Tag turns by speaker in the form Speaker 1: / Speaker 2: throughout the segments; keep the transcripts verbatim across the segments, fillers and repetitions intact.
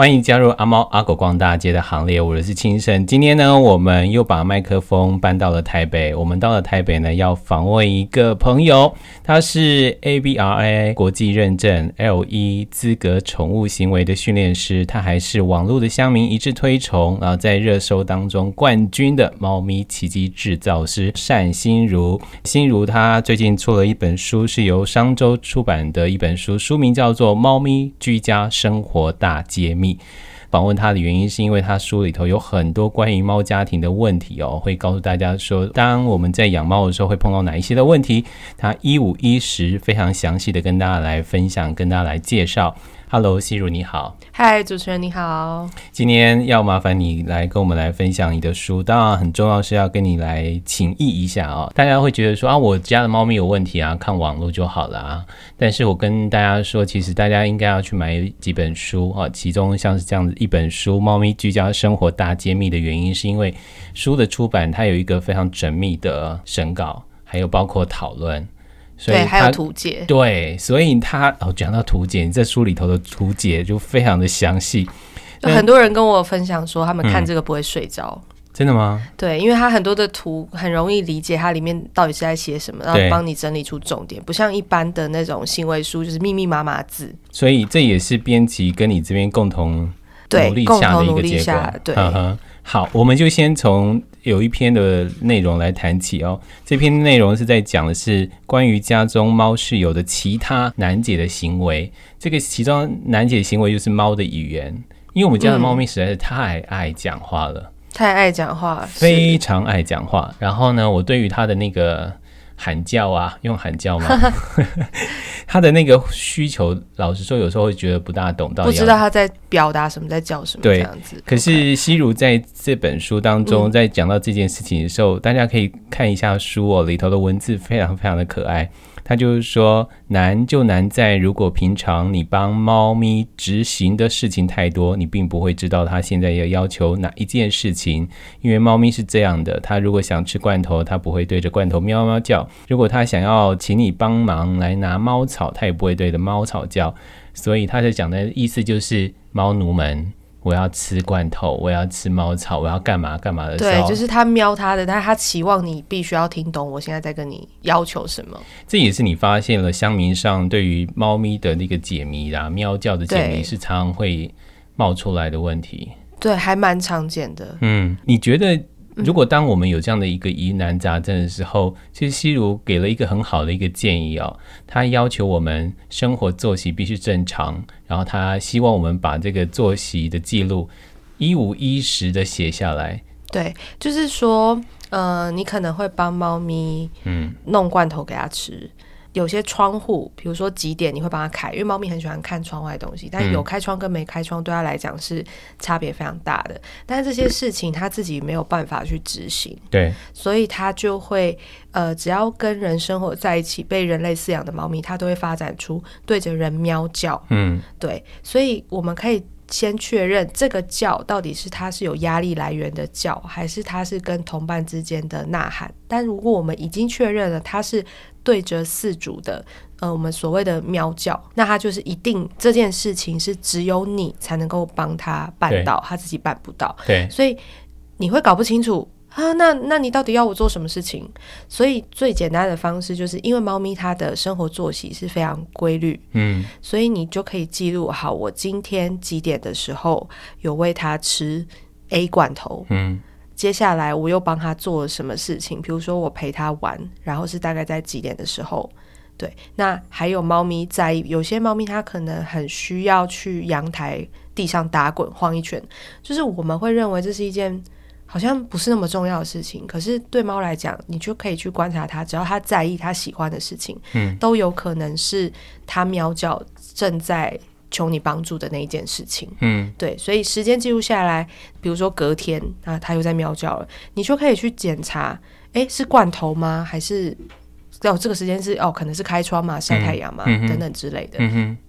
Speaker 1: 欢迎加入阿猫阿狗逛大街的行列，我是清盛。今天呢，我们又把麦克风搬到了台北。我们到了台北呢，要访问一个朋友，他是 A B R A 国际认证 L 一 资格宠物行为的训练师，他还是网络的乡民一致推崇，然后在热搜当中冠军的猫咪奇迹制造师单心如。心如他最近出了一本书，是由商周出版的一本书，书名叫做《猫咪居家生活大揭秘》。访问他的原因是因为他书里头有很多关于猫家庭的问题哦，会告诉大家说当我们在养猫的时候会碰到哪一些的问题，他一五一十非常详细的跟大家来分享，跟大家来介绍。Hello， 西如你好。
Speaker 2: 嗨，主持人你好。
Speaker 1: 今天要麻烦你来跟我们来分享你的书，当然很重要是要跟你来请益一下哦。大家会觉得说啊，我家的猫咪有问题啊，看网络就好了啊。但是我跟大家说，其实大家应该要去买几本书啊，其中像是这样子一本书《猫咪居家生活大揭秘》的原因，是因为书的出版它有一个非常缜密的审稿，还有包括讨论。
Speaker 2: 对，还有图解。
Speaker 1: 对，所以他哦，讲到图解，你在书里头的图解就非常的详细。
Speaker 2: 很多人跟我分享说，他们看这个不会睡着。嗯，
Speaker 1: 真的吗？
Speaker 2: 对，因为它很多的图很容易理解，它里面到底是在写什么，然后帮你整理出重点，不像一般的那种行为书，就是密密麻麻字。
Speaker 1: 所以这也是编辑跟你这边共同努力下的一个结果。
Speaker 2: 对，
Speaker 1: 呵呵，好，我们就先从有一篇的内容来谈起哦。这篇内容是在讲的是关于家中猫室友的其他难解的行为。这个其中难解的行为就是猫的语言，因为我们家的猫咪实在是太爱讲话了。嗯，
Speaker 2: 太爱讲话，
Speaker 1: 非常爱讲话。然后呢，我对于他的那个喊叫啊，用喊叫吗？他的那个需求，老实说，有时候会觉得不大懂到底，
Speaker 2: 不知道他在表达什么，在叫什么这样子。
Speaker 1: 可是西如在这本书当中，在讲到这件事情的时候，嗯，大家可以看一下书哦，里头的文字非常非常的可爱。他就是说，难就难在如果平常你帮猫咪执行的事情太多，你并不会知道它现在要要求哪一件事情。因为猫咪是这样的，它如果想吃罐头，它不会对着罐头喵喵叫；如果它想要请你帮忙来拿猫草，它也不会对着猫草叫。所以他在讲的意思就是，猫奴们，我要吃罐头，我要吃猫草，我要干嘛干嘛的时候，
Speaker 2: 对，就是他喵他的，但是他期望你必须要听懂我现在在跟你要求什么。
Speaker 1: 这也是你发现了乡民上对于猫咪的那个解谜啦，喵叫的解谜是常常会冒出来的问题。
Speaker 2: 对，还蛮常见的。
Speaker 1: 嗯，你觉得如果当我们有这样的一个疑难杂症的时候，其实西如给了一个很好的一个建议哦，他要求我们生活作息必须正常，然后他希望我们把这个作息的记录一五一十的写下来。
Speaker 2: 对，就是说呃，你可能会帮猫咪弄罐头给它吃，嗯，有些窗户比如说几点你会帮它开，因为猫咪很喜欢看窗外的东西，但有开窗跟没开窗对它来讲是差别非常大的，但是这些事情它自己没有办法去执行。对，所以它就会呃，只要跟人生活在一起，被人类饲养的猫咪它都会发展出对着人喵叫。嗯，对，所以我们可以先确认这个叫到底是它是有压力来源的叫，还是它是跟同伴之间的呐喊。但如果我们已经确认了它是对着饲主的呃，我们所谓的喵叫，那它就是一定这件事情是只有你才能够帮他办到，他自己办不到。对，所以你会搞不清楚啊，那那你到底要我做什么事情？所以最简单的方式就是，因为猫咪它的生活作息是非常规律，嗯，所以你就可以记录好，我今天几点的时候有喂它吃 A 罐头，嗯，接下来我又帮他做了什么事情，比如说我陪他玩，然后是大概在几点的时候。对，那还有猫咪在意，有些猫咪它可能很需要去阳台地上打滚晃一圈，就是我们会认为这是一件好像不是那么重要的事情，可是对猫来讲，你就可以去观察它，只要它在意它喜欢的事情，嗯，都有可能是它喵叫正在求你帮助的那一件事情。嗯，对，所以时间记录下来，比如说隔天啊，它又在喵叫了，你就可以去检查，诶，是罐头吗？还是哦这个时间是哦可能是开窗嘛，晒太阳嘛，嗯，等等之类的。嗯哼，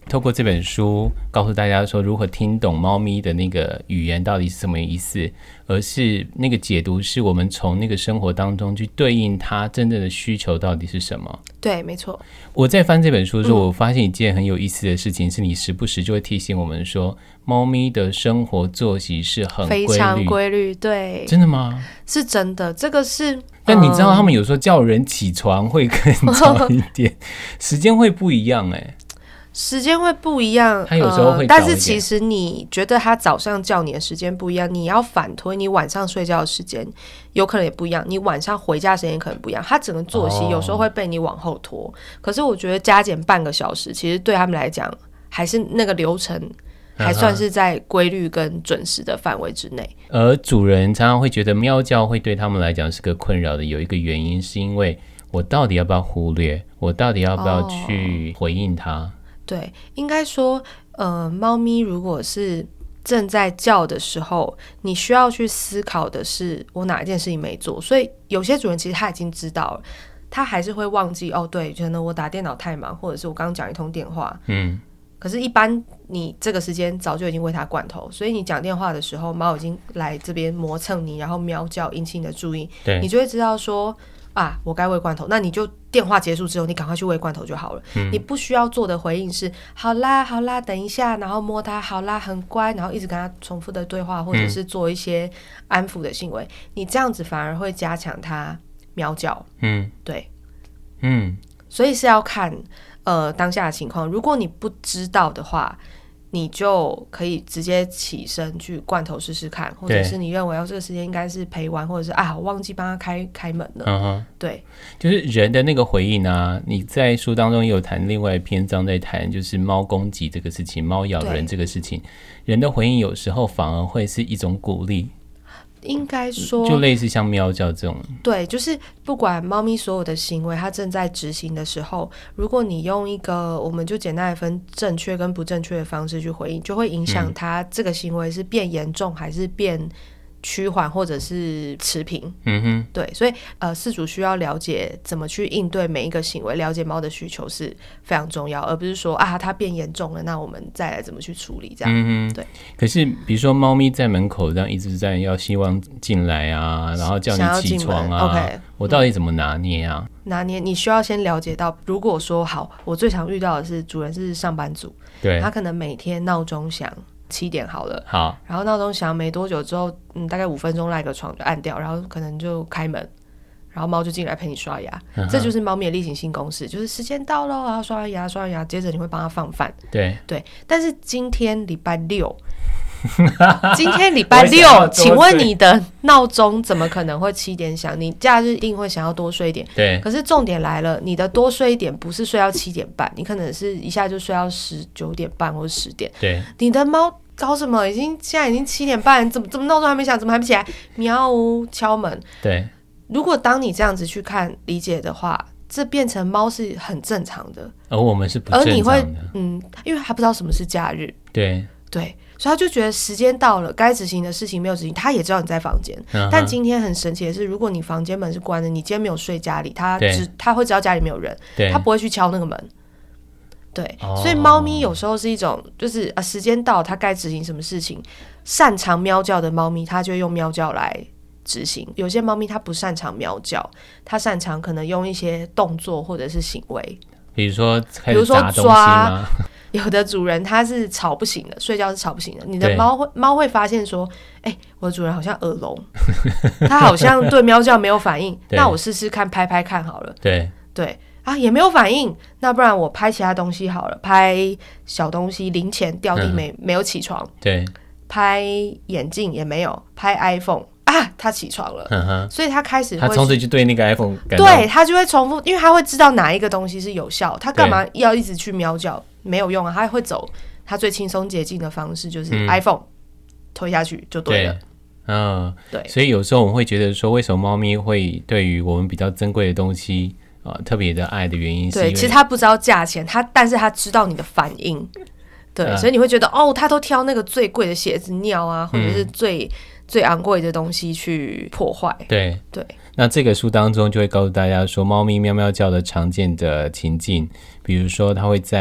Speaker 1: 透过这本书告诉大家说如何听懂猫咪的那个语言到底是什么意思，而是那个解读是我们从那个生活当中去对应它真正的需求到底是什么。
Speaker 2: 对，没错。
Speaker 1: 我在翻这本书的时候、嗯、我发现一件很有意思的事情，是你时不时就会提醒我们说猫咪的生活作息是很规律，
Speaker 2: 非常规律。对，
Speaker 1: 真的吗？
Speaker 2: 是真的，这个是。
Speaker 1: 但你知道他们有时候叫人起床会更早一点时间会不一样。哎，
Speaker 2: 时间会不一样，
Speaker 1: 他有时候会、呃、
Speaker 2: 但是其实你觉得他早上叫你的时间不一样，你要反推你晚上睡觉的时间有可能也不一样，你晚上回家时间可能不一样，他整个作息有时候会被你往后拖、哦、可是我觉得加减半个小时其实对他们来讲还是那个流程还算是在规律跟准时的范围之内、
Speaker 1: 嗯、而主人常常会觉得喵叫会对他们来讲是个困扰的，有一个原因是因为我到底要不要忽略，我到底要不要去回应它、哦，
Speaker 2: 对，应该说呃，猫咪如果是正在叫的时候，你需要去思考的是我哪一件事情没做，所以有些主人其实他已经知道了，他还是会忘记哦，对，可能我打电脑太忙，或者是我刚刚讲一通电话，嗯，可是一般你这个时间早就已经喂它罐头，所以你讲电话的时候猫已经来这边磨蹭你，然后喵叫引起你的注意，对，你就会知道说啊，我该喂罐头，那你就电话结束之后你赶快去喂罐头就好了、嗯、你不需要做的回应是好啦好啦等一下，然后摸它，好啦很乖，然后一直跟它重复的对话，或者是做一些安抚的行为、嗯、你这样子反而会加强它喵叫。嗯，对，嗯，所以是要看呃当下的情况，如果你不知道的话你就可以直接起身去罐头试试看，或者是你认为要这个时间应该是陪玩，或者是啊我忘记帮他开开门了、uh-huh. 对，
Speaker 1: 就是人的那个回应啊，你在书当中也有谈另外一篇章在谈就是猫攻击这个事情，猫咬人这个事情，人的回应有时候反而会是一种鼓励，
Speaker 2: 应该说
Speaker 1: 就类似像喵叫这种，
Speaker 2: 对，就是不管猫咪所有的行为它正在执行的时候，如果你用一个我们就简单来分正确跟不正确的方式去回应，就会影响它这个行为是变严重还是变趋缓或者是持平。嗯哼，对，所以呃，饲主需要了解怎么去应对每一个行为，了解猫的需求是非常重要，而不是说啊它变严重了，那我们再来怎么去处理这样。嗯哼，对。
Speaker 1: 可是比如说猫咪在门口这样一直在要希望进来啊，然后叫你起床啊 ，OK， 我到底怎么拿捏啊？
Speaker 2: 嗯、拿捏你需要先了解到，如果说好，我最常遇到的是主人是上班族，对，他可能每天闹钟响。七点好了，好，然后闹钟响没多久之后，嗯，大概五分钟赖个床就按掉，然后可能就开门，然后猫就进来陪你刷牙，嗯、这就是猫咪的例行性公事，就是时间到了，然后刷牙刷牙，接着你会帮它放饭，对对。但是今天礼拜六，今天礼拜六，请问你的闹钟怎么可能会七点响？你假日一定会想要多睡一点，对。可是重点来了，你的多睡一点不是睡到七点半，你可能是一下就睡到十九点半或者十点，对。你的猫搞什么？已经现在已经七点半，怎么怎么闹钟还没响？怎么还没起来？喵呜，敲门。对，如果当你这样子去看理解的话，这变成猫是很正常的，而
Speaker 1: 我们是不正常的。
Speaker 2: 而你会嗯，因为他不知道什么是假日，对对，所以他就觉得时间到了，该执行的事情没有执行，他也知道你在房间。Uh-huh. 但今天很神奇的是，如果你房间门是关的，你今天没有睡家里，他只他会知道家里没有人，他不会去敲那个门。对，哦、所以猫咪有时候是一种，就是啊，时间到，它该执行什么事情，擅长喵叫的猫咪，它就会用喵叫来执行；有些猫咪它不擅长喵叫，它擅长可能用一些动作或者是行为，
Speaker 1: 比如说开始砸东西吗？
Speaker 2: 有的主人他是吵不醒的，睡觉是吵不醒的，你的猫会猫会发现说，哎、欸，我的主人好像耳聋，他好像对喵叫没有反应，那我试试看拍拍看好了。对对。啊，也没有反应，那不然我拍其他东西好了，拍小东西，零钱掉地没、嗯、没有起床，对，拍眼镜也没有，拍 iPhone 啊，他起床了，嗯、所以他开始会
Speaker 1: 他从此就对那个 iPhone 感到
Speaker 2: 对他就会重复，因为他会知道哪一个东西是有效，他干嘛要一直去喵叫，没有用啊，他会走他最轻松捷径的方式，就是 iPhone、嗯、推下去就对了。对
Speaker 1: 嗯，对，所以有时候我们会觉得说，为什么猫咪会对于我们比较珍贵的东西呃、特别的爱的原因是因为，
Speaker 2: 对，其实他不知道价钱，他但是他知道你的反应，对、嗯，所以你会觉得哦，他都挑那个最贵的鞋子、尿啊，或者是最、嗯、最昂贵的东西去破坏。对对，
Speaker 1: 那这个书当中就会告诉大家说，猫咪喵喵叫的常见的情境，比如说它会在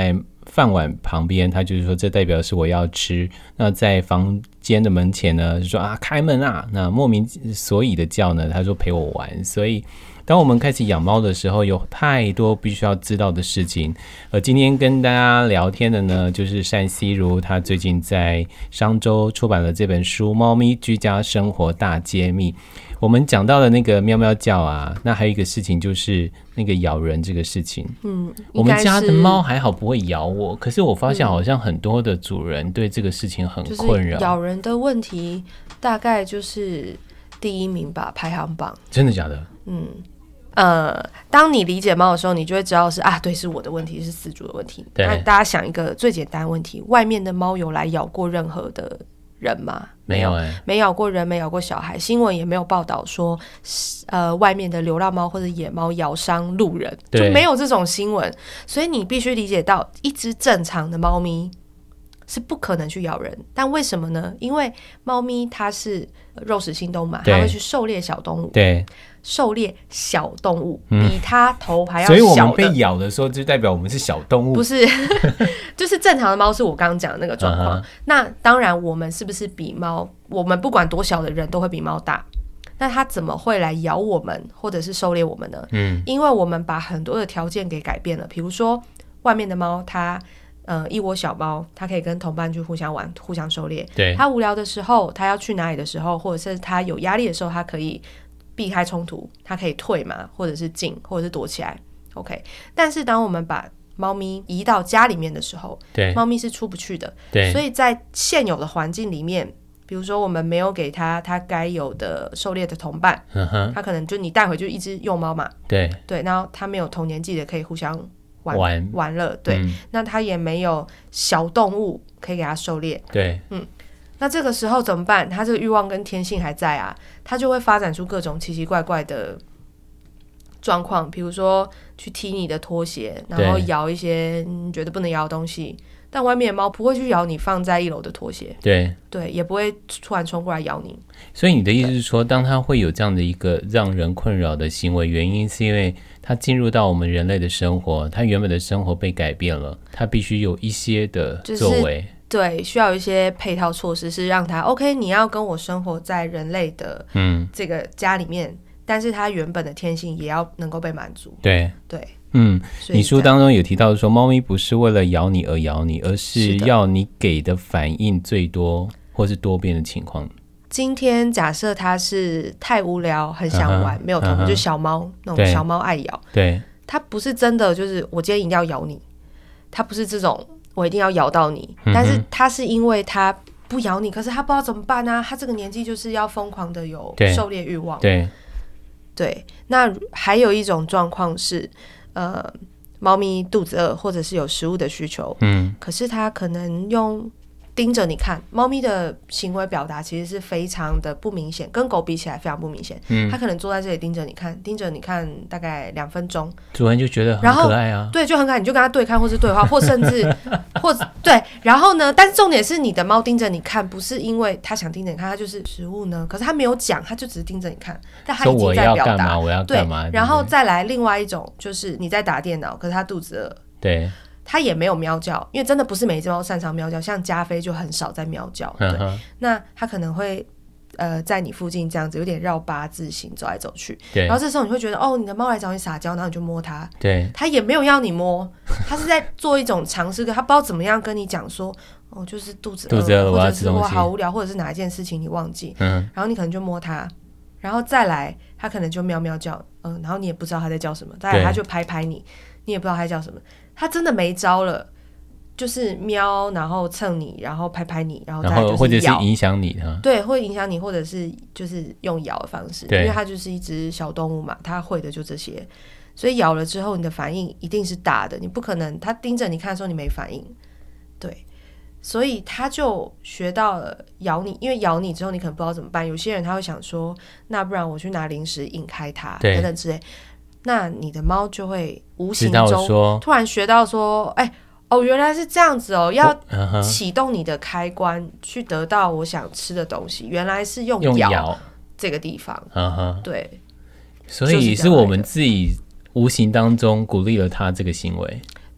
Speaker 1: 饭碗旁边，他就是说这代表是我要吃。那在房间的门前呢，就说啊开门啊，那莫名所以的叫呢，他说陪我玩。所以当我们开始养猫的时候，有太多必须要知道的事情。而今天跟大家聊天的呢，就是单希如，她最近在商周出版了这本书《猫咪居家生活大揭秘》。我们讲到了那个喵喵叫啊，那还有一个事情就是那个咬人这个事情。嗯，我们家的猫还好不会咬我，可是我发现好像很多的主人对这个事情很困扰。
Speaker 2: 就是咬人的问题大概就是第一名吧，排行榜。
Speaker 1: 真的假的？嗯。
Speaker 2: 呃，当你理解猫的时候，你就会知道是啊，对，是我的问题，是饲主的问题。那大家想一个最简单的问题：外面的猫有来咬过任何的人吗？
Speaker 1: 没有哎、欸，
Speaker 2: 没咬过人，没咬过小孩。新闻也没有报道说，呃，外面的流浪猫或者野猫咬伤路人，就没有这种新闻。所以你必须理解到，一只正常的猫咪是不可能去咬人。但为什么呢？因为猫咪它是肉食性动物嘛，它会去狩猎小动物。
Speaker 1: 对。
Speaker 2: 狩猎小动物、嗯、比它头还要小的，
Speaker 1: 所以我们被咬的时候就代表我们是小动物，
Speaker 2: 不是就是正常的猫是我刚刚讲的那个状况、uh-huh. 那当然我们是不是比猫，我们不管多小的人都会比猫大，那它怎么会来咬我们或者是狩猎我们呢？嗯，因为我们把很多的条件给改变了，比如说外面的猫它呃，一窝小猫它可以跟同伴去互相玩互相狩猎，
Speaker 1: 对，
Speaker 2: 它无聊的时候它要去哪里的时候，或者是它有压力的时候，它可以避开冲突，它可以退嘛，或者是进，或者是躲起来 OK。 但是当我们把猫咪移到家里面的时候，对，猫咪是出不去的，对，所以在现有的环境里面，比如说我们没有给它它该有的狩猎的同伴，嗯，它可能就你带回就一只幼猫嘛，对对，然后它没有同年纪的可以互相玩玩, 玩了，对、嗯，那它也没有小动物可以给它狩猎，对，嗯，那这个时候怎么办？他这个欲望跟天性还在啊，他就会发展出各种奇奇怪怪的状况，比如说去踢你的拖鞋，然后咬一些你觉得不能咬的东西，但外面的猫不会去咬你放在一楼的拖鞋，对对，也不会突然冲过来咬你。
Speaker 1: 所以你的意思是说，当他会有这样的一个让人困扰的行为，原因是因为他进入到我们人类的生活，他原本的生活被改变了，他必须有一些的作为、就是
Speaker 2: 对，需要有一些配套措施，是让他 OK， 你要跟我生活在人类的这个家里面、嗯、但是他原本的天性也要能够被满足。对对，嗯，
Speaker 1: 你书当中有提到说，猫咪不是为了咬你而咬你，而是要你给的反应最多或是多变的情况。
Speaker 2: 今天假设它是太无聊很想玩、uh-huh, 没有同伴、uh-huh, 就小猫那种小猫爱咬，对，它不是真的就是我今天一定要咬你，它不是这种我一定要咬到你、嗯、但是它是因为它不咬你，可是它不知道怎么办啊，它这个年纪就是要疯狂的有狩猎欲望。对对，那还有一种状况是呃，猫咪肚子饿或者是有食物的需求，嗯，可是它可能用盯着你看，猫咪的行为表达其实是非常的不明显，跟狗比起来非常不明显。嗯，它可能坐在这里盯着你看，盯着你看大概两分钟，
Speaker 1: 主人就觉得很可爱啊，
Speaker 2: 对，就很可爱，你就跟它对看或是对话，或甚至或对，然后呢，但是重点是你的猫盯着你看，不是因为它想盯着你看，它就是食物呢，可是它没有讲，它就只是盯着你看，但它已经在表达
Speaker 1: 我要干嘛，
Speaker 2: 对，然后再来另外一种就是你在打电脑，可是它肚子饿，对。它也没有喵叫，因为真的不是每一只猫擅长喵叫，像加菲就很少在喵叫，对，那它可能会呃在你附近这样子有点绕八字形走来走去，然后这时候你会觉得哦，你的猫来找你撒娇，然后你就摸它，对，它也没有要你摸，它是在做一种尝试，它不知道怎么样跟你讲说哦，就是肚子饿，
Speaker 1: 肚子饿，
Speaker 2: 或者是我好无聊，或者是哪一件事情你忘记，嗯，然后你可能就摸它，然后再来它可能就喵喵叫，嗯，然后你也不知道它在叫什么，再来它就拍拍你，你也不知道它在叫什么。他真的没招了，就是喵，然后蹭你，然后拍拍你，然后再就是咬，
Speaker 1: 或者是影响你，
Speaker 2: 对，会影响你，或者是就是用咬的方式，因为它就是一只小动物嘛，它会的就这些，所以咬了之后你的反应一定是大的，你不可能它盯着你看的时候你没反应，对，所以他就学到了咬你，因为咬你之后你可能不知道怎么办，有些人他会想说，那不然我去拿零食引开它等等之类。那你的猫就会无形中突然学到说，哎、欸，哦，原来是这样子哦，要启动你的开关去得到我想吃的东西，原来是用咬这个地方，对，
Speaker 1: 所以是我们自己无形当中鼓励了他这个行为。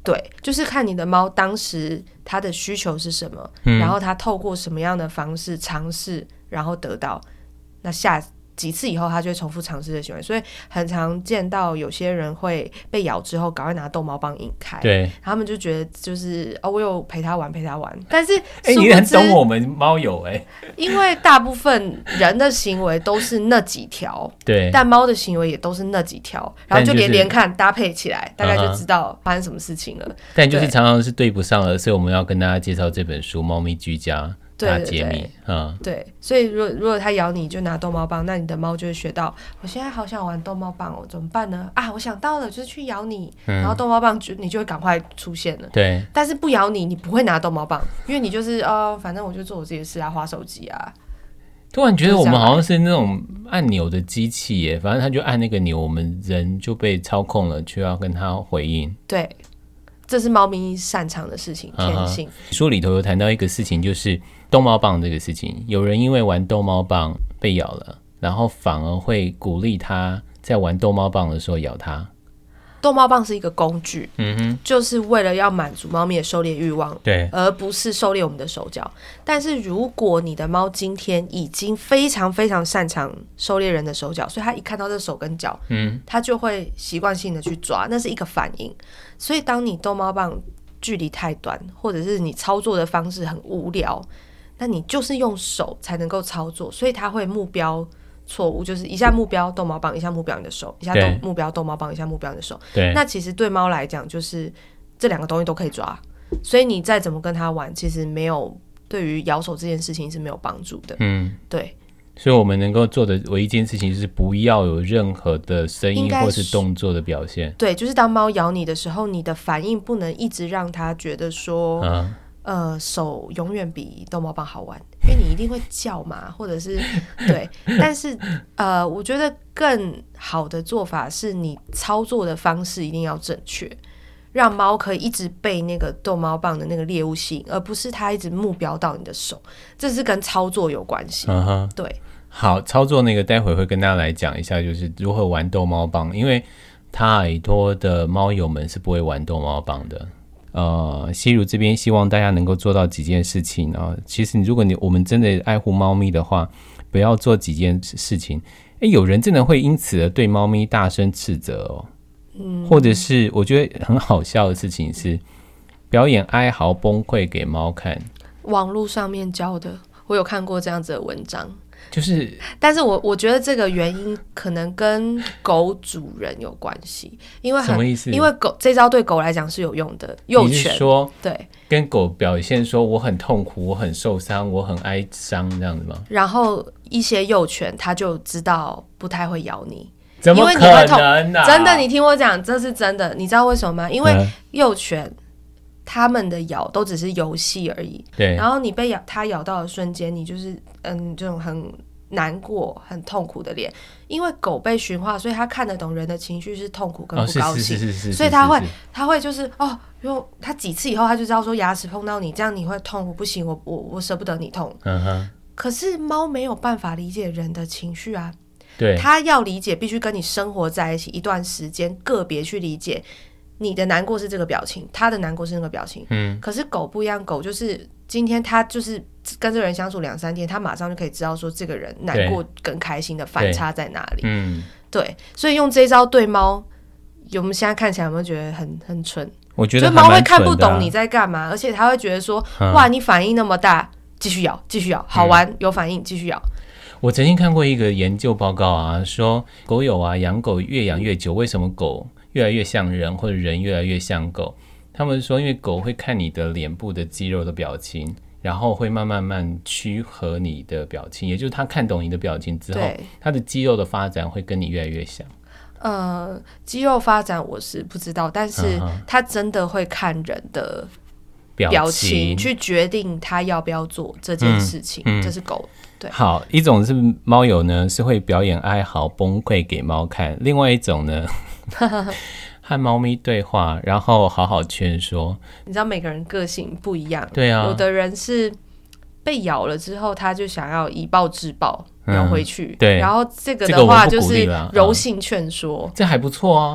Speaker 2: 对，就是看你的猫当时它的需求是什么、嗯、然后它透过什么样的方式尝试然后得到，那下几次以后它就会重复尝试的行为，所以很常见到有些人会被咬之后赶快拿逗猫棒引开，
Speaker 1: 对，
Speaker 2: 他们就觉得就是哦，我有陪它玩陪它玩，但是
Speaker 1: 哎、欸，你很懂我们猫友哎、欸，
Speaker 2: 因为大部分人的行为都是那几条，
Speaker 1: 对，
Speaker 2: 但猫的行为也都是那几条，然后就连连看搭配起来，大概就知道发生什么事情了。
Speaker 1: 但就是常常是对不上了，所以我们要跟大家介绍这本书《猫咪居家》。大揭秘，嗯，
Speaker 2: 对，所以如果如果它咬你就拿逗猫棒，那你的猫就会学到，我现在好想玩逗猫棒哦，怎么办呢？啊，我想到了，就是去咬你，嗯、然后逗猫棒就你就会赶快出现了。
Speaker 1: 对，
Speaker 2: 但是不咬你，你不会拿逗猫棒，因为你就是哦，反正我就做我自己的事啊，滑手机啊。
Speaker 1: 突然觉得我们好像是那种按钮的机器耶，反正他就按那个钮，我们人就被操控了，就要跟他回应。
Speaker 2: 对。这是猫咪擅长的事情，天性。
Speaker 1: 书里头有谈到一个事情，就是逗猫棒这个事情，有人因为玩逗猫棒被咬了，然后反而会鼓励他在玩逗猫棒的时候咬他。
Speaker 2: 逗猫棒是一个工具，
Speaker 1: 嗯哼，
Speaker 2: 就是为了要满足猫咪的狩猎欲望，
Speaker 1: 对，
Speaker 2: 而不是狩猎我们的手脚。但是如果你的猫今天已经非常非常擅长狩猎人的手脚，所以它一看到这手跟脚，嗯，它就会习惯性的去抓，那是一个反应。所以当你逗猫棒距离太短，或者是你操作的方式很无聊，那你就是用手才能够操作，所以它会目标错误，就是一下目标逗猫棒，一下目标你的手，一下目标逗猫棒，一下目标你的手。对，那其实对猫来讲，就是这两个东西都可以抓，所以你再怎么跟它玩，其实没有对于咬手这件事情是没有帮助的。嗯，对。
Speaker 1: 所以我们能够做的唯一一件事情就是不要有任何的声音或是动作的表现。对，
Speaker 2: 就是当猫咬你的时候，你的反应不能一直让它觉得说、嗯、呃，手永远比逗猫棒好玩，因为你一定会叫嘛，或者是对。但是呃，我觉得更好的做法是你操作的方式一定要正确，让猫可以一直被那个逗猫棒的那个猎物吸引，而不是它一直目标到你的手，这是跟操作有关系。嗯哼，对。
Speaker 1: 好，操作那个待会会跟大家来讲一下，就是如何玩逗猫棒，因为太多的猫友们是不会玩逗猫棒的。呃，西如这边希望大家能够做到几件事情啊。其实如果你我们真的爱护猫咪的话，不要做几件事情。诶，有人真的会因此而对猫咪大声斥责哦。嗯，或者是我觉得很好笑的事情是表演哀嚎崩溃给猫看。
Speaker 2: 网络上面教的，我有看过这样子的文章。
Speaker 1: 就是，
Speaker 2: 但是我我觉得这个原因可能跟狗主人有关系，因为很
Speaker 1: 什么意思？
Speaker 2: 因为狗这招对狗来讲是有用的，幼犬。你
Speaker 1: 是说
Speaker 2: 对，
Speaker 1: 跟狗表现说我很痛苦，我很受伤，我很哀伤这样子吗？
Speaker 2: 然后一些幼犬它就知道不太会咬你，
Speaker 1: 怎么可能啊？
Speaker 2: 真的，你听我讲，这是真的。你知道为什么吗？因为幼犬。嗯，他们的咬都只是游戏而已，对。然后你被咬，它咬到的瞬间，你就是嗯，这种很难过、很痛苦的脸。因为狗被驯化，所以它看得懂人的情绪是痛苦跟不高兴，所以它会，它会就是哦，因为它几次以后，它就知道说牙齿碰到你，这样你会痛，我不行，我我我舍不得你痛。嗯哼。可是猫没有办法理解人的情绪啊，对，它要理解，必须跟你生活在一起一段时间，个别去理解。你的难过是这个表情，他的难过是那个表情。嗯，可是狗不一样，狗就是今天他就是跟这个人相处两三天，他马上就可以知道说这个人难过跟开心的反差在哪里。嗯，对，所以用这一招对猫，我们现在看起来有没有觉得很很蠢？
Speaker 1: 我觉得
Speaker 2: 猫会看不懂你在干嘛，而且他会觉得说，嗯、哇，你反应那么大，继续咬，继续咬，好玩，嗯、有反应，继续咬。
Speaker 1: 我曾经看过一个研究报告啊，说狗友啊，养狗越养越久，为什么狗越来越像人，或者人越来越像狗？他们说因为狗会看你的脸部的肌肉的表情，然后会慢慢慢趋合你的表情，也就是他看懂你的表情之后，他的肌肉的发展会跟你越来越像。
Speaker 2: 呃，肌肉发展我是不知道，但是他真的会看人的表情去决定他要不要做这件事情。嗯嗯、这是狗。对，
Speaker 1: 好，一种是猫友呢是会表演哀嚎崩溃给猫看，另外一种呢和猫咪对话，然后好好劝说。
Speaker 2: 你知道每个人个性不一样，
Speaker 1: 对啊，
Speaker 2: 有的人是被咬了之后他就想要以暴制暴咬回去、嗯、对，然后这个的话就是柔性劝说、
Speaker 1: 嗯、这还不错啊。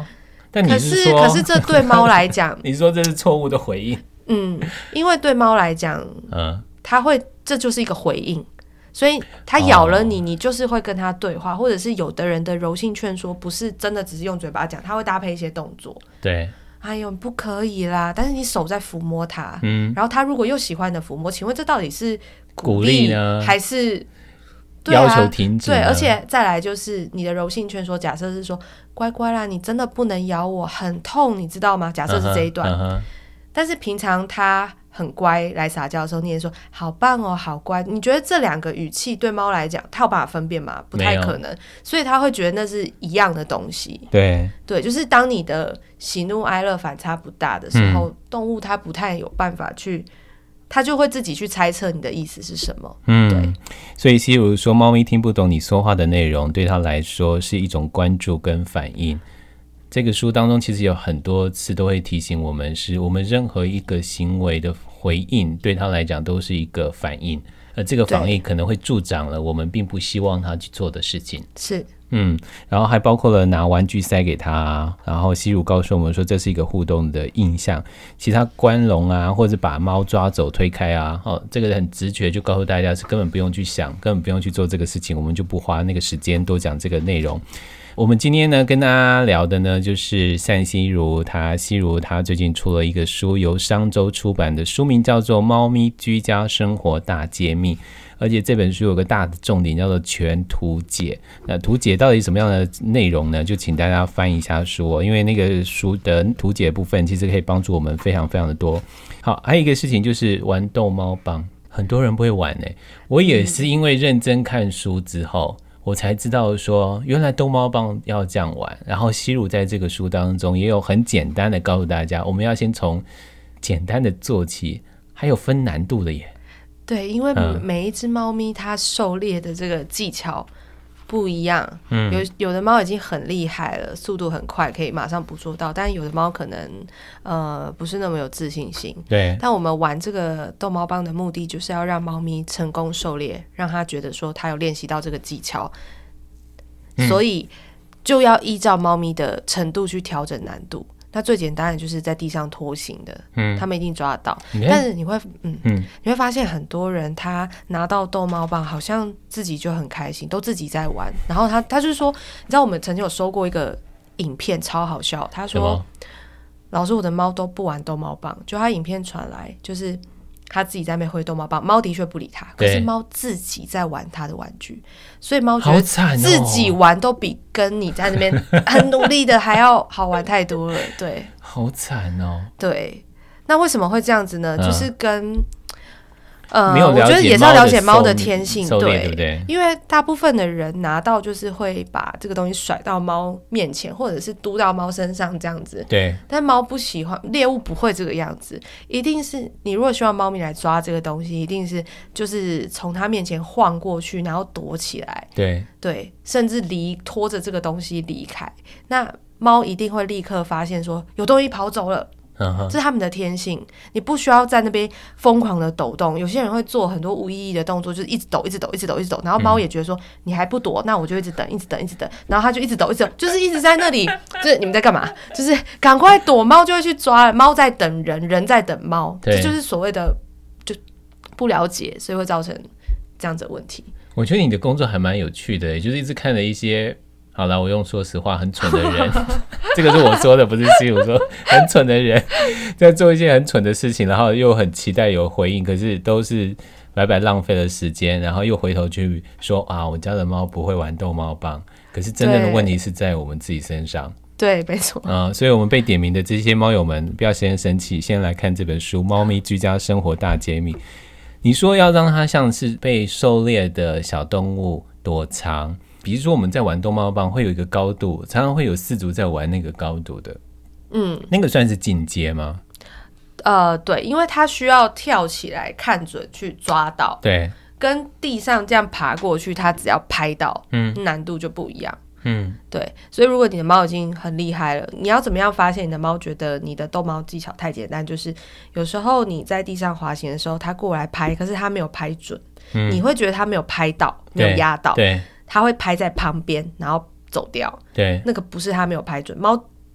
Speaker 1: 但你是说，
Speaker 2: 可是可是这对猫来讲，
Speaker 1: 你说这是错误的回应。
Speaker 2: 嗯，因为对猫来讲，嗯，它会这就是一个回应，所以它咬了你，哦、你就是会跟它对话，或者是有的人的柔性劝说不是真的只是用嘴巴讲，它会搭配一些动作。
Speaker 1: 对，
Speaker 2: 哎呦不可以啦，但是你手在抚摸它，嗯，然后它如果又喜欢你的抚摸，请问这到底是鼓励呢，还是？对啊、要求停止？对，而且再来就是你的柔性劝说，假设是说乖乖啦，你真的不能咬我，很痛，你知道吗？假设是这一段， uh-huh, uh-huh. 但是平常他很乖来撒娇的时候，你也说好棒哦，好乖。你觉得这两个语气对猫来讲，它有办法分辨吗？不太可能，所以他会觉得那是一样的东西。对对，就是当你的喜怒哀乐反差不大的时候，嗯、动物它不太有办法去。他就会自己去猜测你的意思是什么。嗯，对。
Speaker 1: 所以，譬如说，猫咪听不懂你说话的内容，对他来说是一种关注跟反应。这个书当中其实有很多次都会提醒我们，是我们任何一个行为的回应，对他来讲都是一个反应，而这个反应可能会助长了我们并不希望他去做的事情。
Speaker 2: 是。
Speaker 1: 嗯，然后还包括了拿玩具塞给他，然后西鲁告诉我们说这是一个互动的印象，其他关笼啊，或者把猫抓走推开啊，哦，这个很直觉就告诉大家是根本不用去想，根本不用去做这个事情，我们就不花那个时间多讲这个内容。我们今天呢跟大家聊的呢就是单希如，他希如他最近出了一个书，由商周出版的，书名叫做《猫咪居家生活大揭秘》。而且这本书有个大的重点叫做全图解，那图解到底什么样的内容呢？就请大家翻一下书哦，因为那个书的图解部分其实可以帮助我们非常非常的多。好，还有一个事情就是玩逗猫棒，很多人不会玩耶，我也是因为认真看书之后，我才知道说原来逗猫棒要这样玩，然后希如在这个书当中也有很简单的告诉大家，我们要先从简单的做起，还有分难度的耶。
Speaker 2: 对，因为每一只猫咪它狩猎的这个技巧不一样，嗯、有有的猫已经很厉害了，速度很快，可以马上捕捉到，但有的猫可能呃不是那么有自信心。对，但我们玩这个逗猫棒的目的就是要让猫咪成功狩猎，让它觉得说它有练习到这个技巧，嗯、所以就要依照猫咪的程度去调整难度。那最简单的就是在地上拖行的，嗯，他们一定抓得到。但是你会，嗯嗯，你会发现很多人他拿到逗猫棒，好像自己就很开心，都自己在玩。然后他他就说，你知道我们曾经有收过一个影片，超好笑。他说，老师，我的猫都不玩逗猫棒，就他影片传来，就是他自己在那边挥逗猫棒，猫的确不理他，可是猫自己在玩他的玩具，所以猫觉得自己玩都比跟你在那边很努力的还要好玩太多了。对，
Speaker 1: 好惨哦。
Speaker 2: 对，那为什么会这样子呢？嗯、就是跟呃，我觉得也是要了解猫的天性，对，对不对？因为大部分的人拿到就是会把这个东西甩到猫面前，或者是嘟到猫身上这样子。对，但猫不喜欢，猎物不会这个样子，一定是你如果希望猫咪来抓这个东西，一定是就是从它面前晃过去，然后躲起来。对对，甚至离拖着这个东西离开，那猫一定会立刻发现说有东西跑走了。这是他们的天性，你不需要在那边疯狂的抖动。有些人会做很多无意义的动作，就是一直抖一直抖一直抖一直抖，然后猫也觉得说、嗯、你还不躲，那我就一直等一直等一直等，然后它就一直抖一直抖，就是一直在那里就是你们在干嘛，就是赶快躲，猫就会去抓了，猫在等人，人在等猫，这就是所谓的就不了解，所以会造成这样子的问题。
Speaker 1: 我觉得你的工作还蛮有趣的，就是一直看了一些好啦，我用说实话很蠢的人这个是我说的，不是希如说很蠢的人在做一些很蠢的事情，然后又很期待有回应，可是都是白白浪费了时间，然后又回头去说啊，我家的猫不会玩逗猫棒，可是真正的问题是在我们自己身上。
Speaker 2: 对，没错、
Speaker 1: 呃、所以我们被点名的这些猫友们不要先生气，先来看这本书《猫咪居家生活大揭秘》。你说要让它像是被狩猎的小动物躲藏，比如说我们在玩逗猫棒会有一个高度，常常会有饲主在玩那个高度的，嗯，那个算是进阶吗？
Speaker 2: 呃，对，因为它需要跳起来看准去抓到，对，跟地上这样爬过去，它只要拍到，嗯，难度就不一样。嗯，对，所以如果你的猫已经很厉害了，你要怎么样发现你的猫觉得你的逗猫技巧太简单？就是有时候你在地上滑行的时候，它过来拍，可是它没有拍准，嗯、你会觉得它没有拍到，没有压到，对，它会拍在旁边，然后走掉，对，那个不是它没有拍准。猫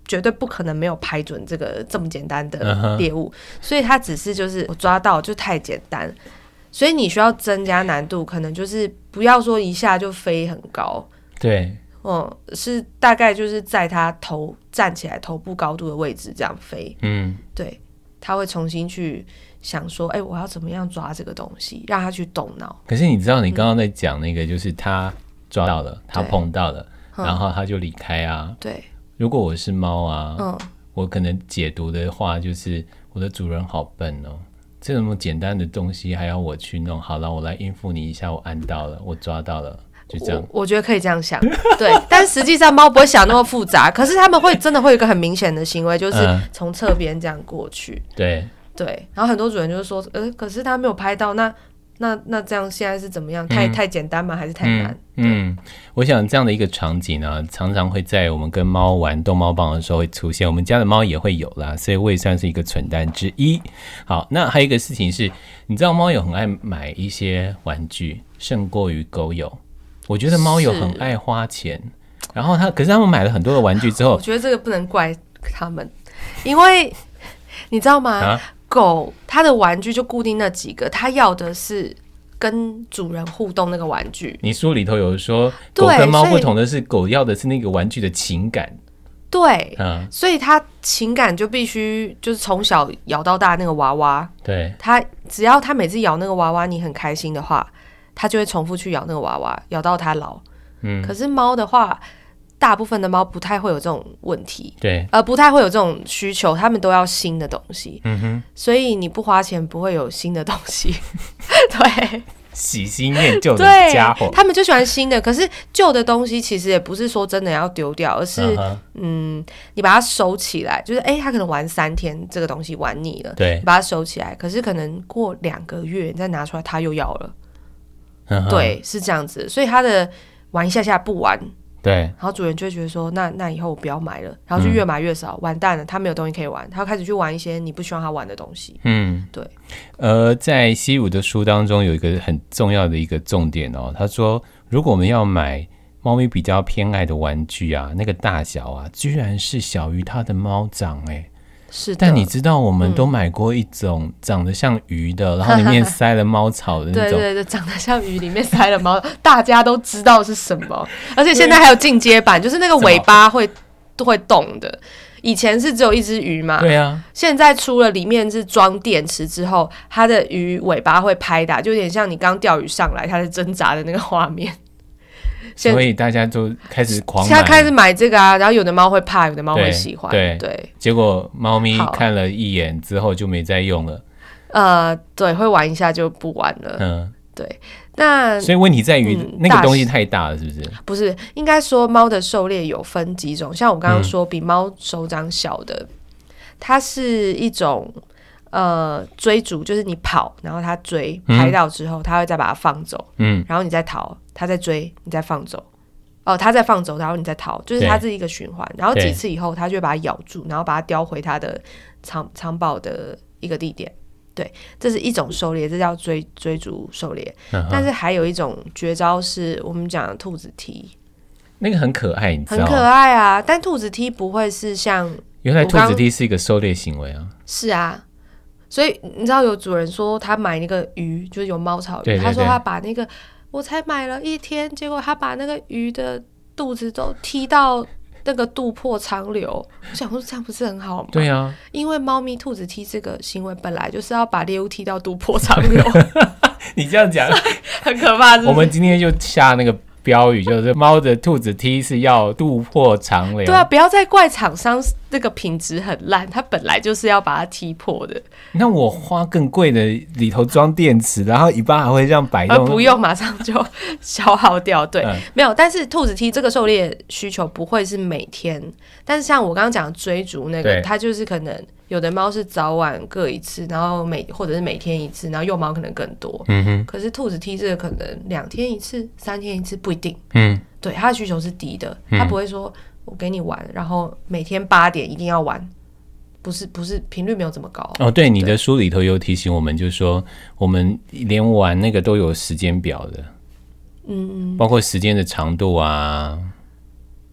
Speaker 2: 绝对不可能没有拍准这个这么简单的猎物， uh-huh. 所以它只是就是我抓到就太简单，所以你需要增加难度，可能就是不要说一下就飞很高，
Speaker 1: 对，
Speaker 2: 嗯，是大概就是在它头站起来头部高度的位置这样飞，嗯，对，他会重新去想说，哎、欸，我要怎么样抓这个东西，让他去动脑。
Speaker 1: 可是你知道，你刚刚在讲那个，就是他抓到了，嗯、他碰到了，然后他就离开啊。
Speaker 2: 对。
Speaker 1: 如果我是猫啊，
Speaker 2: 嗯，
Speaker 1: 我可能解读的话就是我的主人好笨哦，这么简单的东西还要我去弄，好了，我来应付你一下，我按到了，我抓到了，就这样。
Speaker 2: 我, 我觉得可以这样想，对，但实际上猫不会想那么复杂，可是他们会真的会有一个很明显的行为，就是从侧边这样过去。
Speaker 1: 嗯、对
Speaker 2: 对，然后很多主人就是说，呃，可是他没有拍到，那。那那这样现在是怎么样？太、嗯、太简单吗？还是太难？
Speaker 1: 嗯，嗯我想这样的一个场景呢、啊，常常会在我们跟猫玩逗猫棒的时候会出现。我们家的猫也会有啦，所以我也算是一个蠢蛋之一。好，那还有一个事情是，你知道猫友很爱买一些玩具，胜过于狗友。我觉得猫友很爱花钱，然后他可是他们买了很多的玩具之后，
Speaker 2: 我觉得这个不能怪他们，因为你知道吗？啊狗它的玩具就固定那几个，它要的是跟主人互动那个玩具。
Speaker 1: 你书里头有说，狗跟猫不同的是，狗要的是那个玩具的情感。
Speaker 2: 对，嗯，所以它情感就必须就是从小咬到大那个娃娃。
Speaker 1: 对，
Speaker 2: 它只要它每次咬那个娃娃，你很开心的话，它就会重复去咬那个娃娃，咬到它老。嗯，可是猫的话。大部分的猫不太会有这种问题，
Speaker 1: 对，
Speaker 2: 呃，不太会有这种需求，他们都要新的东西，嗯哼，所以你不花钱不会有新的东西，对，
Speaker 1: 喜新厌旧的家伙，
Speaker 2: 他们就喜欢新的，可是旧的东西其实也不是说真的要丢掉，而是、uh-huh. 嗯，你把它收起来，就是哎，他可能玩三天这个东西玩腻了，
Speaker 1: 对，
Speaker 2: 你把它收起来，可是可能过两个月你再拿出来，他又要了， uh-huh. 对，是这样子，所以他的玩一下下不玩。
Speaker 1: 对，
Speaker 2: 然后主人就会觉得说，那那以后我不要买了，然后就越买越少，嗯、完蛋了，他没有东西可以玩，他要开始去玩一些你不希望他玩的东西。嗯，对。
Speaker 1: 呃，在西鲁的书当中有一个很重要的一个重点哦，他说，如果我们要买猫咪比较偏爱的玩具啊，那个大小啊，居然是小于它的猫掌哎、欸。
Speaker 2: 是的，
Speaker 1: 但你知道我们都买过一种长得像鱼的、嗯、然后里面塞了猫草的那种。
Speaker 2: 对对对，长得像鱼里面塞了猫大家都知道是什么，而且现在还有进阶版，就是那个尾巴会会动的，以前是只有一只鱼嘛，
Speaker 1: 对啊，
Speaker 2: 现在出了里面是装电池之后，它的鱼尾巴会拍打，就有点像你刚钓鱼上来它在挣扎的那个画面。
Speaker 1: 所以大家都开始狂买，
Speaker 2: 现在开始买这个啊，然后有的猫会怕，有的猫会喜欢，
Speaker 1: 对
Speaker 2: 对, 对。
Speaker 1: 结果猫咪看了一眼之后就没再用了，
Speaker 2: 呃，对，会玩一下就不玩了，嗯，对。那
Speaker 1: 所以问题在于、嗯、那个东西太大了，是不是？
Speaker 2: 不是，应该说猫的狩猎有分几种，像我刚刚说、嗯、比猫手掌小的，它是一种。呃，追逐就是你跑，然后它追，拍到之后，它会再把它放走，嗯，然后你再逃，它再追，你再放走，哦，它再放走，然后你再逃，就是它是一个循环，然后几次以后，它就会把它咬住，然后把它叼回它的藏藏宝的一个地点，对，这是一种狩猎，这叫追追逐狩猎、嗯，但是还有一种绝招是我们讲的兔子踢，
Speaker 1: 那个很可爱，你知道吗？
Speaker 2: 很可爱啊，但兔子踢不会是像
Speaker 1: 原来兔子踢是一个狩猎行为啊，
Speaker 2: 是啊。所以你知道有主人说他买那个鱼，就是有猫草鱼，
Speaker 1: 对对对，
Speaker 2: 他说他把那个我才买了一天，结果他把那个鱼的肚子都踢到那个肚破肠流。我想说这样不是很好吗？
Speaker 1: 对啊，
Speaker 2: 因为猫咪兔子踢这个行为本来就是要把猎物踢到肚破肠流。
Speaker 1: 你这样讲
Speaker 2: 很可怕是不是？
Speaker 1: 我们今天就下那个标语，就是猫的兔子踢是要肚破肠流。
Speaker 2: 对啊，不要再怪厂商那个品质很烂，它本来就是要把它踢破的。
Speaker 1: 那我花更贵的里头装电池，然后尾巴还会这样摆动，
Speaker 2: 而不用马上就消耗掉。对、嗯，没有。但是兔子踢这个狩猎需求不会是每天，但是像我刚刚讲的追逐那个，它就是可能有的猫是早晚各一次，然后每或者是每天一次，然后幼猫可能更多。嗯哼。可是兔子踢这个可能两天一次、三天一次不一定。嗯。对，它的需求是低的，它不会说我给你玩，然后每天八点一定要玩。不是不是频率没有这么高
Speaker 1: 哦。对，你的书里头有提醒我们，就是说我们连玩那个都有时间表的，嗯，包括时间的长度啊。
Speaker 2: 对，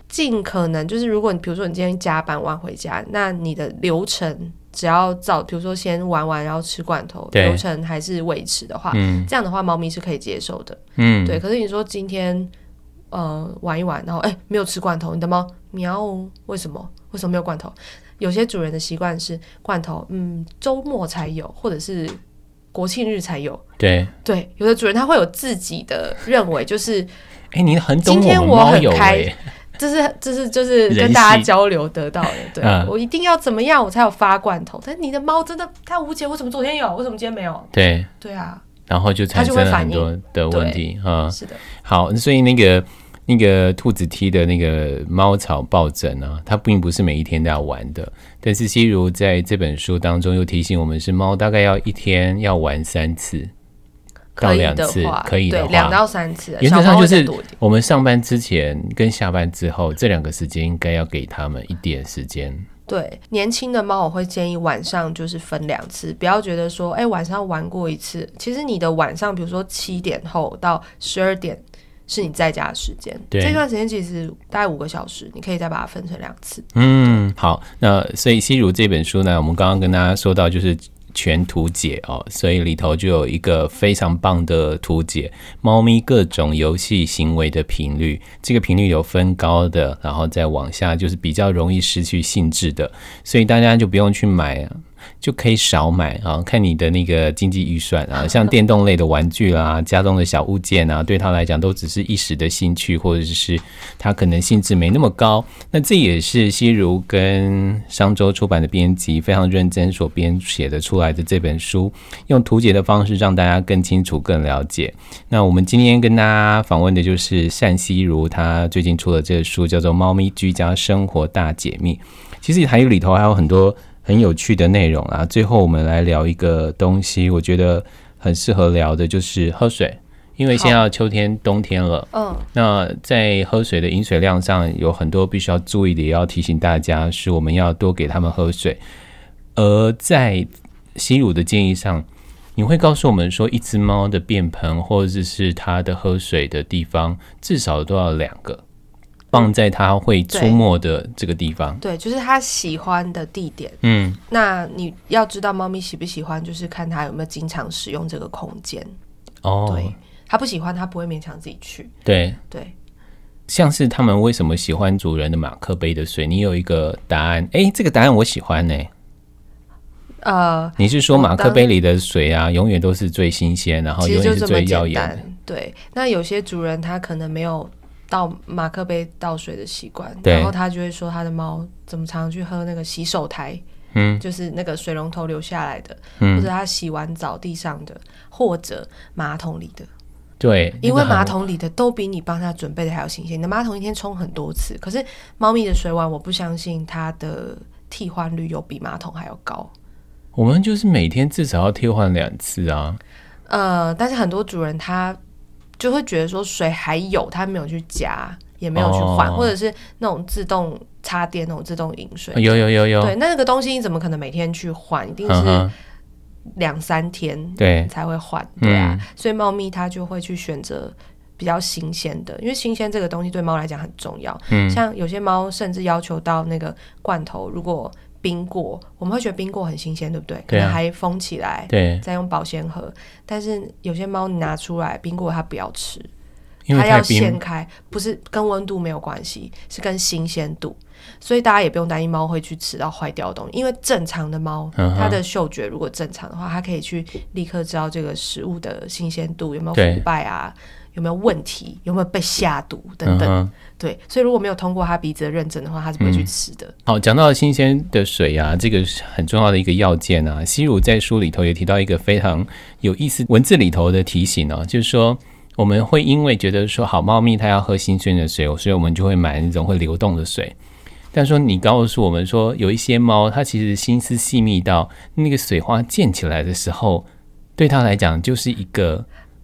Speaker 2: 尽可能就是，如果你比如说你今天加班晚回家，那你的流程只要照，比如说先玩完然后吃罐头，流程还是维持的话、嗯、这样的话猫咪是可以接受的。嗯，对。可是你说今天呃玩一玩，然后哎没有吃罐头，你的猫喵，为什么？为什么没有罐头？有些主人的习惯是罐头，嗯，周末才有，或者是国庆日才有。对对，有的主人他会有自己的认为，就是哎，你很懂我们猫友哎。这是这是就是跟大家交流得到的，对、嗯、我一定要怎么样我才有发罐头，但是你的猫真的太无解，为什么昨天有，为什么今天没有？对对啊，然后就产生了很多的问题啊、嗯。是的，好，所以那个那个兔子踢的那个猫草抱枕啊，它并不是每一天都要玩的，但是希如在这本书当中又提醒我们，是猫大概要一天要玩三次。到两次可以的话，对，两到三次，原则上就是我们上班之前跟下班之后这两个时间应该要给他们一点时间。对，年轻的猫我会建议晚上就是分两次，不要觉得说哎、欸、晚上玩过一次，其实你的晚上比如说七点后到十二点是你在家的时间，这段时间其实大概五个小时，你可以再把它分成两次。嗯，好，那所以希如这本书呢，我们刚刚跟大家说到就是全图解哦，所以里头就有一个非常棒的图解，猫咪各种游戏行为的频率，这个频率有分高的，然后再往下就是比较容易失去兴致的，所以大家就不用去买啊，就可以少买啊，看你的那个经济预算啊，像电动类的玩具啦、家中的小物件啊，对他来讲都只是一时的兴趣，或者是他可能兴致没那么高。那这也是希如跟商周出版的编辑非常认真所编写的出来的这本书，用图解的方式让大家更清楚、更了解。那我们今天跟大家访问的就是单希如，他最近出了这个书叫做《猫咪居家生活大解密》。其实还有里头还有很多很有趣的内容啊！最后我们来聊一个东西，我觉得很适合聊的就是喝水，因为现在要秋天冬天了，嗯，那在喝水的饮水量上有很多必须要注意的，也要提醒大家是我们要多给他们喝水。而在希如的建议上，你会告诉我们说，一只猫的便盆或者是它的喝水的地方至少都要两个。放在他会出没的这个地方， 对, 对，就是他喜欢的地点。嗯，那你要知道猫咪喜不喜欢，就是看他有没有经常使用这个空间。哦，对，他不喜欢，他不会勉强自己去。对对，像是他们为什么喜欢主人的马克杯的水，你有一个答案？哎，这个答案我喜欢呢、欸。呃，你是说马克杯里的水啊，永远都是最新鲜，然后永远是最耀眼的。对，那有些主人他可能没有倒马克杯倒水的习惯，然后他就会说他的猫怎么常常去喝那个洗手台，嗯，就是那个水龙头流下来的、嗯、或者他洗完澡地上的，或者马桶里的。对，因为马桶里的都比你帮他准备的还要新鲜。你的马桶一天冲很多次，可是猫咪的水碗我不相信它的替换率有比马桶还要高。我们就是每天至少要替换两次啊。呃，但是很多主人他就会觉得说水还有，他没有去加，也没有去换、哦、或者是那种自动插电那种自动饮水，有有有有，对，那个东西你怎么可能每天去换？一定是两三天对才会换，对啊、嗯，所以猫咪它就会去选择比较新鲜的，因为新鲜这个东西对猫来讲很重要。嗯，像有些猫甚至要求到那个罐头，如果冰过，我们会觉得冰过很新鲜，对不对？可能还封起来，对，再用保鲜盒。但是有些猫你拿出来冰过，它不要吃，它要掀开，不是跟温度没有关系，是跟新鲜度。所以大家也不用担心猫会去吃到坏掉的东西，因为正常的猫，它的嗅觉如果正常的话，它可以去立刻知道这个食物的新鲜度有没有腐败啊，有没有问题，有没有被下毒等等、嗯、对，所以如果没有通过他鼻子的认证的话，他是不会去吃的、嗯、好，讲到新鲜的水啊，这个是很重要的一个要件啊。希如在书里头也提到一个非常有意思文字里头的提醒哦，就是说我们会因为觉得说好猫咪它要喝新鲜的水，所以我们就会买那种会流动的水，但说你告诉我们说有一些猫它其实心思细密到那个水花溅起来的时候，对它来讲就是一个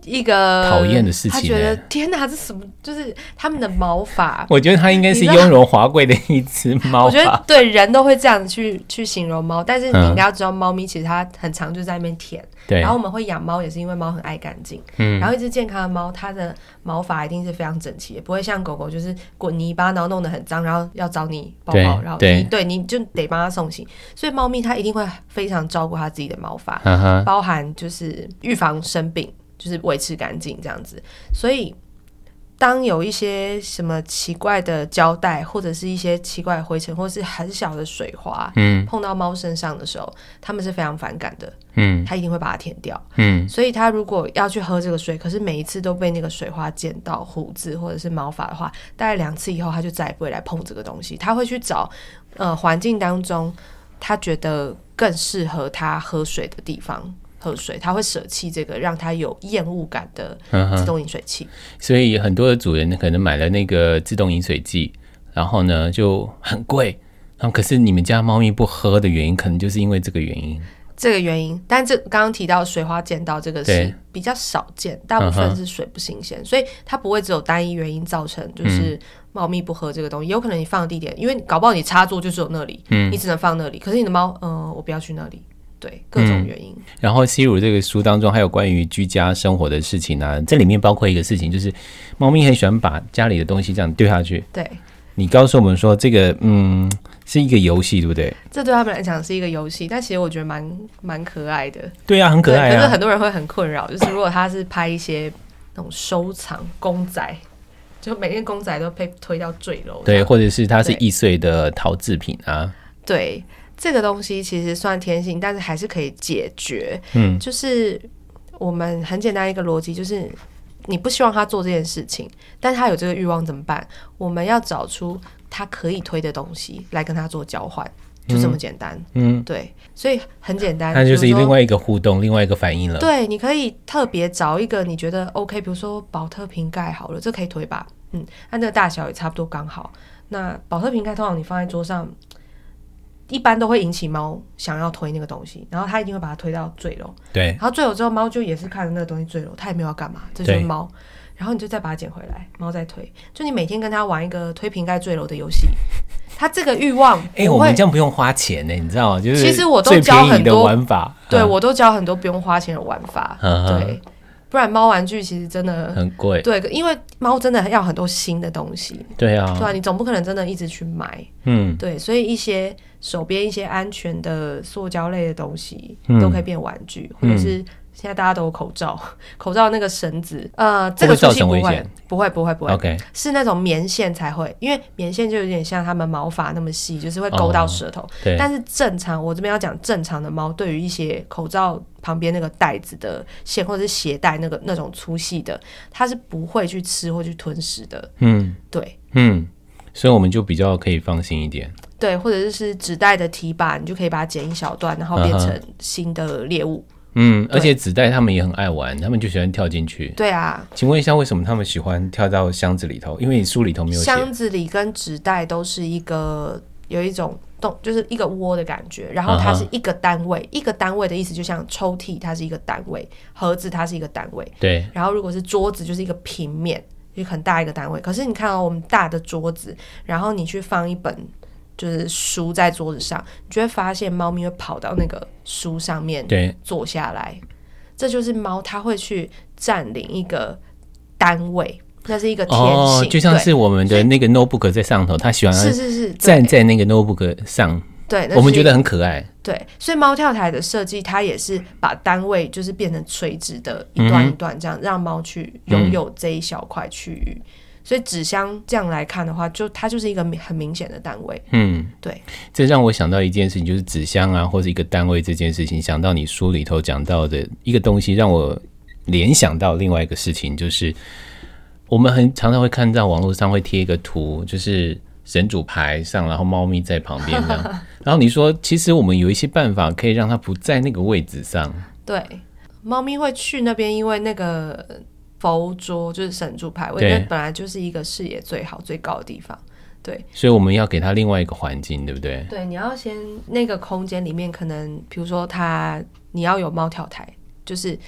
Speaker 2: 一个
Speaker 1: 讨厌的事情、欸，
Speaker 2: 他觉得天哪，这什么？就是他们的毛发，
Speaker 1: 我觉得它应该是雍容华贵的一只猫。
Speaker 2: 我觉得对人都会这样去去形容猫，但是你应该要知道，猫咪其实它很常就在那边舔。对。然后我们会养猫，也是因为猫很爱干净。嗯。然后一只健康的猫，它的毛发一定是非常整齐，也不会像狗狗就是滚泥巴，然后弄得很脏，然后要找你抱抱，然后你对你就得帮它送洗。所以猫咪它一定会非常照顾它自己的毛发，嗯、包含就是预防生病。就是维持干净这样子，所以当有一些什么奇怪的胶带，或者是一些奇怪的灰尘，或是很小的水花，嗯，碰到猫身上的时候，它们是非常反感的，嗯，它一定会把它舔掉，嗯，所以它如果要去喝这个水，可是每一次都被那个水花溅到胡子或者是毛发的话，大概两次以后，它就再也不会来碰这个东西，它会去找呃环境当中它觉得更适合它喝水的地方。喝水，他会舍弃这个让他有厌恶感的自动饮水器、嗯、
Speaker 1: 所以很多的主人可能买了那个自动饮水器，然后呢就很贵，然后可是你们家猫咪不喝的原因可能就是因为这个原因
Speaker 2: 这个原因，但这刚刚提到水花溅到这个是比较少见，大部分是水不新鲜、嗯、所以它不会只有单一原因造成就是猫咪不喝这个东西、嗯、有可能你放的地点，因为搞不好你插座就只有那里、嗯、你只能放那里，可是你的猫嗯，我不要去那里，对，各种原因、嗯、
Speaker 1: 然后西鲁这个书当中还有关于居家生活的事情啊，这里面包括一个事情，就是猫咪很喜欢把家里的东西这样丢下去。
Speaker 2: 对，
Speaker 1: 你告诉我们说这个嗯是一个游戏，对不对？
Speaker 2: 这对他们来讲是一个游戏，但其实我觉得蛮蛮可爱的。
Speaker 1: 对啊，很可爱啊。
Speaker 2: 可是很多人会很困扰，就是如果他是拍一些那种收藏公仔，就每件公仔都被推到坠楼，
Speaker 1: 对，或者是它是易碎的陶制品啊，
Speaker 2: 对。这个东西其实算天性，但是还是可以解决。嗯，就是我们很简单一个逻辑，就是你不希望他做这件事情，但是他有这个欲望怎么办？我们要找出他可以推的东西来跟他做交换，就这么简单。嗯，对，所以很简单，
Speaker 1: 它就是另外一个互动，另外一个反应了。
Speaker 2: 对，你可以特别找一个你觉得 OK， 比如说保特瓶盖好了，这可以推吧？嗯，它那个大小也差不多刚好。那保特瓶盖通常你放在桌上，一般都会引起猫想要推那个东西，然后它一定会把它推到坠楼。对，然后坠楼之后，猫就也是看着那个东西坠楼，它也没有要干嘛，这就是猫。然后你就再把它捡回来，猫再推，就你每天跟它玩一个推瓶盖坠楼的游戏，它这个欲望，
Speaker 1: 哎、欸，我们这样不用花钱呢、欸，你知道吗？就是
Speaker 2: 其实我都教很多
Speaker 1: 玩法，
Speaker 2: 对、嗯、我都教很多不用花钱的玩法，嗯、对。不然猫玩具其实真的
Speaker 1: 很贵，
Speaker 2: 对，因为猫真的要很多新的东西，对啊，对啊，你总不可能真的一直去买，嗯，对，所以一些手边一些安全的塑胶类的东西、嗯、都可以变玩具，或者是现在大家都有口罩，口罩那个绳子，呃，这个
Speaker 1: 造成危险，
Speaker 2: 不会不会不会
Speaker 1: ，OK，
Speaker 2: 是那种棉线才会，因为棉线就有点像它们毛发那么细，就是会勾到舌头。哦、对，但是正常，我这边要讲正常的猫，对于一些口罩旁边那个带子的线或者是鞋带那个那种粗细的，它是不会去吃或去吞食的。嗯，对，
Speaker 1: 嗯，所以我们就比较可以放心一点。
Speaker 2: 对，或者是纸袋的提把，你就可以把它剪一小段，然后变成新的猎物。Uh-huh
Speaker 1: 嗯，而且纸袋他们也很爱玩，他们就喜欢跳进去。
Speaker 2: 对啊，
Speaker 1: 请问一下，为什么他们喜欢跳到箱子里头？因为你书里头没有写。
Speaker 2: 箱子里跟纸袋都是一个有一种动，就是一个窝的感觉，然后它是一个单位， uh-huh. 一个单位的意思就像抽屉，它是一个单位，盒子它是一个单位。对。然后如果是桌子，就是一个平面，就很大一个单位。可是你看到、哦、我们大的桌子，然后你去放一本。就是书在桌子上，你就会发现猫咪会跑到那个书上面坐下来，这就是猫它会去占领一个单位，那是一个天性、哦、
Speaker 1: 就像是我们的那个 notebook 在上头，它喜欢是是是站在那个 notebook 上，对，我们觉得很可爱。
Speaker 2: 对，所以猫跳台的设计，它也是把单位就是变成垂直的一段一段，这样、嗯、让猫去拥有这一小块区域。嗯，所以纸箱这样来看的话，就它就是一个很明显的单位。嗯，对。
Speaker 1: 这让我想到一件事情，就是纸箱啊，或是一个单位这件事情，想到你书里头讲到的一个东西，让我联想到另外一个事情，就是我们很常常会看到网络上会贴一个图，就是神主牌上，然后猫咪在旁边这样。然后你说，其实我们有一些办法可以让它不在那个位置上。对，
Speaker 2: 猫咪会去那边，因为那个。佛桌就是神主牌位，那本来就是一个视野最好最高的地方，对，
Speaker 1: 所以我们要给他另外一个环境，对不对？
Speaker 2: 对，你要先那个空间里面，可能比如说它你要有猫跳台，就是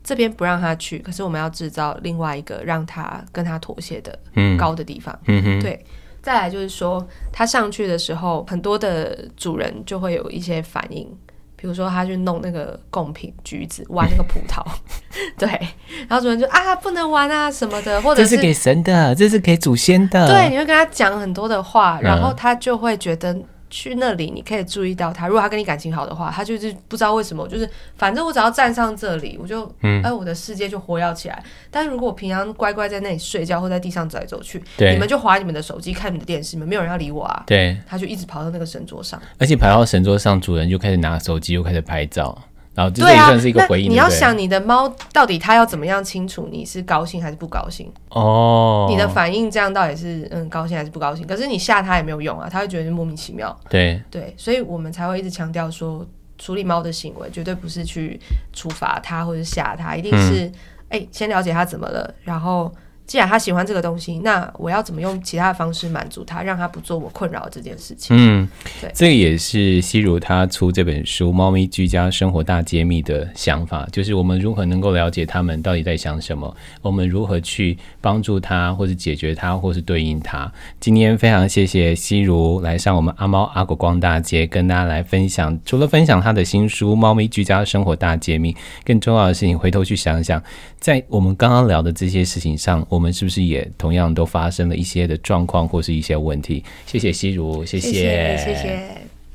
Speaker 2: 这边不让他去，可是我们要制造另外一个让他跟他妥协的高的地方。嗯嗯、对。再来就是说，他上去的时候，很多的主人就会有一些反应，比如说他去弄那个贡品橘子，玩那个葡萄，对，然后主人就啊不能玩啊什么的，或者是
Speaker 1: 这是给神的，这是给祖先的，
Speaker 2: 对，你会跟他讲很多的话，然后他就会觉得。去那里你可以注意到他，如果他跟你感情好的话，他就是不知道为什么，就是反正我只要站上这里，我就嗯，哎，我的世界就活跃起来。但是如果我平常乖乖在那里睡觉或在地上走来走去，你们就滑你们的手机看你们的电视，你们没有人要理我啊。
Speaker 1: 对，
Speaker 2: 他就一直跑到那个神桌上，
Speaker 1: 而且跑到神桌上，主人就开始拿手机又开始拍照。然后这也算是一个回应。
Speaker 2: 对啊，你要想你的猫到底它要怎么样清楚你是高兴还是不高兴
Speaker 1: 哦，
Speaker 2: 你的反应这样到底是嗯高兴还是不高兴？可是你吓它也没有用啊，它会觉得莫名其妙。
Speaker 1: 对
Speaker 2: 对，所以我们才会一直强调说，处理猫的行为绝对不是去处罚它或者吓它，一定是哎、嗯欸、先了解它怎么了，然后。既然他喜欢这个东西，那我要怎么用其他的方式满足他，让他不做我困扰的这件事情？嗯，对，
Speaker 1: 这个也是希如他出这本书《猫咪居家生活大揭秘》的想法，就是我们如何能够了解他们到底在想什么，我们如何去帮助他，或是解决他，或是对应他。今天非常谢谢希如来上我们阿猫阿狗逛大街，跟大家来分享，除了分享他的新书《猫咪居家生活大揭秘》，更重要的事情，回头去想想，在我们刚刚聊的这些事情上。我们是不是也同样都发生了一些的状况或是一些问题？谢谢希如，谢谢，
Speaker 2: 谢谢。谢谢。